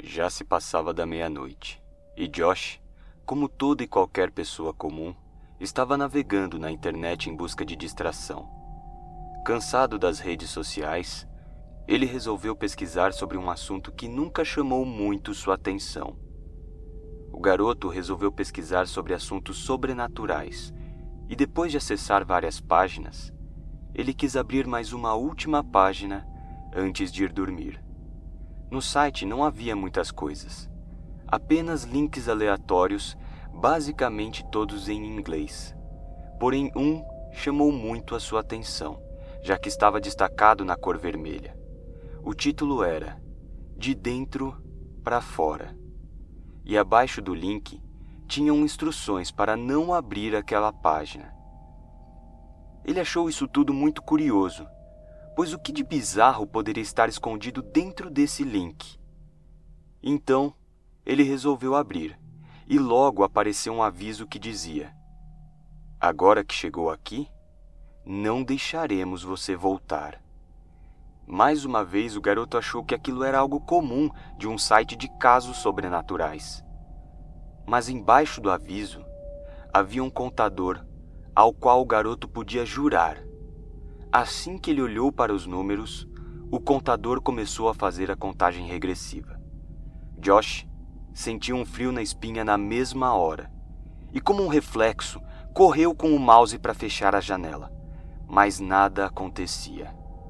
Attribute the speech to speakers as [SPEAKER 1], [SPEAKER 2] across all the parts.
[SPEAKER 1] Já se passava da meia-noite, e Josh, como toda e qualquer pessoa comum, estava navegando na internet em busca de distração. Cansado das redes sociais, ele resolveu pesquisar sobre um assunto que nunca chamou muito sua atenção. O garoto resolveu pesquisar sobre assuntos sobrenaturais, e depois de acessar várias páginas, ele quis abrir mais uma última página antes de ir dormir. No site não havia muitas coisas, apenas links aleatórios, basicamente todos em inglês. Porém, um chamou muito a sua atenção, já que estava destacado na cor vermelha. O título era De Dentro para Fora, e abaixo do link tinham instruções para não abrir aquela página. Ele achou isso tudo muito curioso, pois o que de bizarro poderia estar escondido dentro desse link? Então, ele resolveu abrir, e logo apareceu um aviso que dizia: "Agora que chegou aqui, não deixaremos você voltar." Mais uma vez, o garoto achou que aquilo era algo comum de um site de casos sobrenaturais. Mas embaixo do aviso, havia um contador ao qual o garoto podia jurar. Assim que ele olhou para os números, o contador começou a fazer a contagem regressiva. Josh sentiu um frio na espinha na mesma hora, e como um reflexo, correu com o mouse para fechar a janela, mas nada acontecia.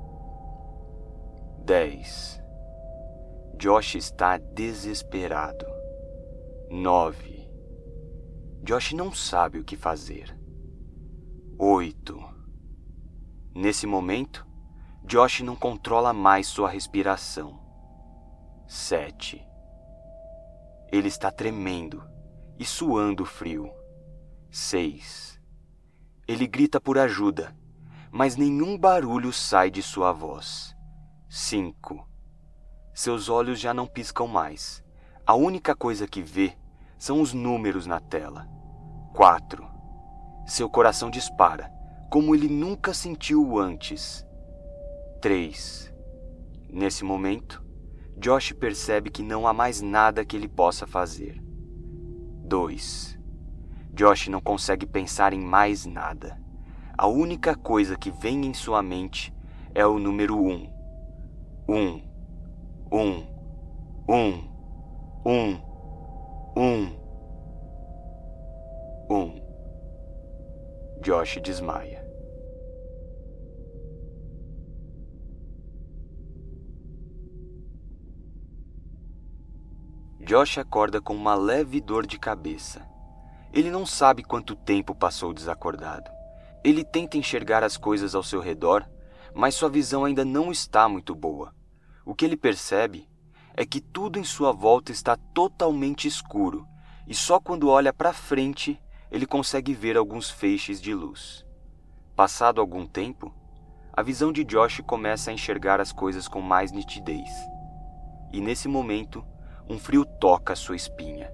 [SPEAKER 1] 10. Josh está desesperado. 9. Josh não sabe o que fazer. 8. Nesse momento, Josh não controla mais sua respiração. 7. Ele está tremendo e suando frio. 6. Ele grita por ajuda, mas nenhum barulho sai de sua voz. 5. Seus olhos já não piscam mais. A única coisa que vê são os números na tela. 4. Seu coração dispara, como ele nunca sentiu antes. 3. Nesse momento, Josh percebe que não há mais nada que ele possa fazer. 2. Josh não consegue pensar em mais nada. A única coisa que vem em sua mente é o número 1. 1. 1. 1. 1. 1. Josh desmaia. Josh acorda com uma leve dor de cabeça. Ele não sabe quanto tempo passou desacordado. Ele tenta enxergar as coisas ao seu redor, mas sua visão ainda não está muito boa. O que ele percebe é que tudo em sua volta está totalmente escuro, e só quando olha para frente ele consegue ver alguns feixes de luz. Passado algum tempo, a visão de Josh começa a enxergar as coisas com mais nitidez. E nesse momento, um frio toca sua espinha.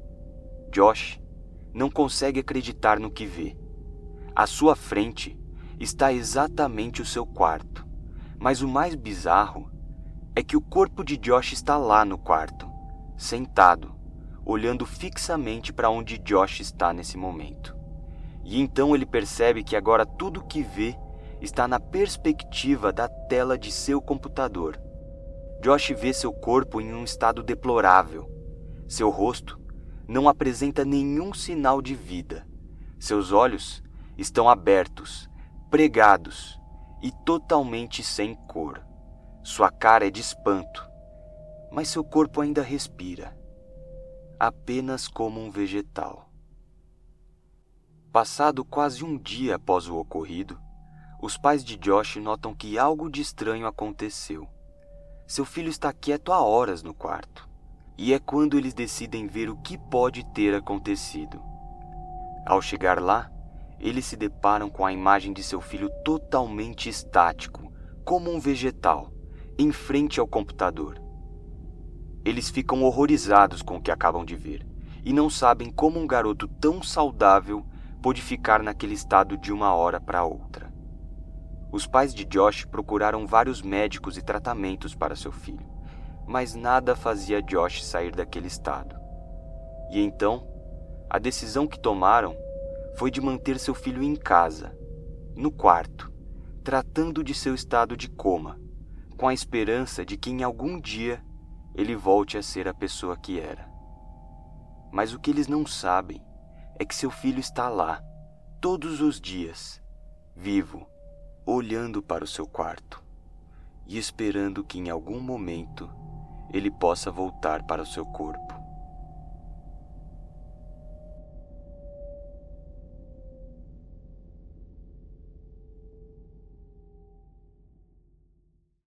[SPEAKER 1] Josh não consegue acreditar no que vê. À sua frente está exatamente o seu quarto, mas o mais bizarro é que o corpo de Josh está lá no quarto, sentado, olhando fixamente para onde Josh está nesse momento. E então ele percebe que agora tudo que vê está na perspectiva da tela de seu computador. Josh vê seu corpo em um estado deplorável. Seu rosto não apresenta nenhum sinal de vida. Seus olhos estão abertos, pregados e totalmente sem cor. Sua cara é de espanto, mas seu corpo ainda respira, apenas como um vegetal. Passado quase um dia após o ocorrido, os pais de Josh notam que algo de estranho aconteceu. Seu filho está quieto há horas no quarto, e é quando eles decidem ver o que pode ter acontecido. Ao chegar lá, eles se deparam com a imagem de seu filho totalmente estático, como um vegetal, em frente ao computador. Eles ficam horrorizados com o que acabam de ver e não sabem como um garoto tão saudável pôde ficar naquele estado de uma hora para outra. Os pais de Josh procuraram vários médicos e tratamentos para seu filho, mas nada fazia Josh sair daquele estado. E então, a decisão que tomaram foi de manter seu filho em casa, no quarto, tratando de seu estado de coma, com a esperança de que em algum dia ele volte a ser a pessoa que era. Mas o que eles não sabem é que seu filho está lá, todos os dias, vivo, olhando para o seu quarto e esperando que em algum momento ele possa voltar para o seu corpo.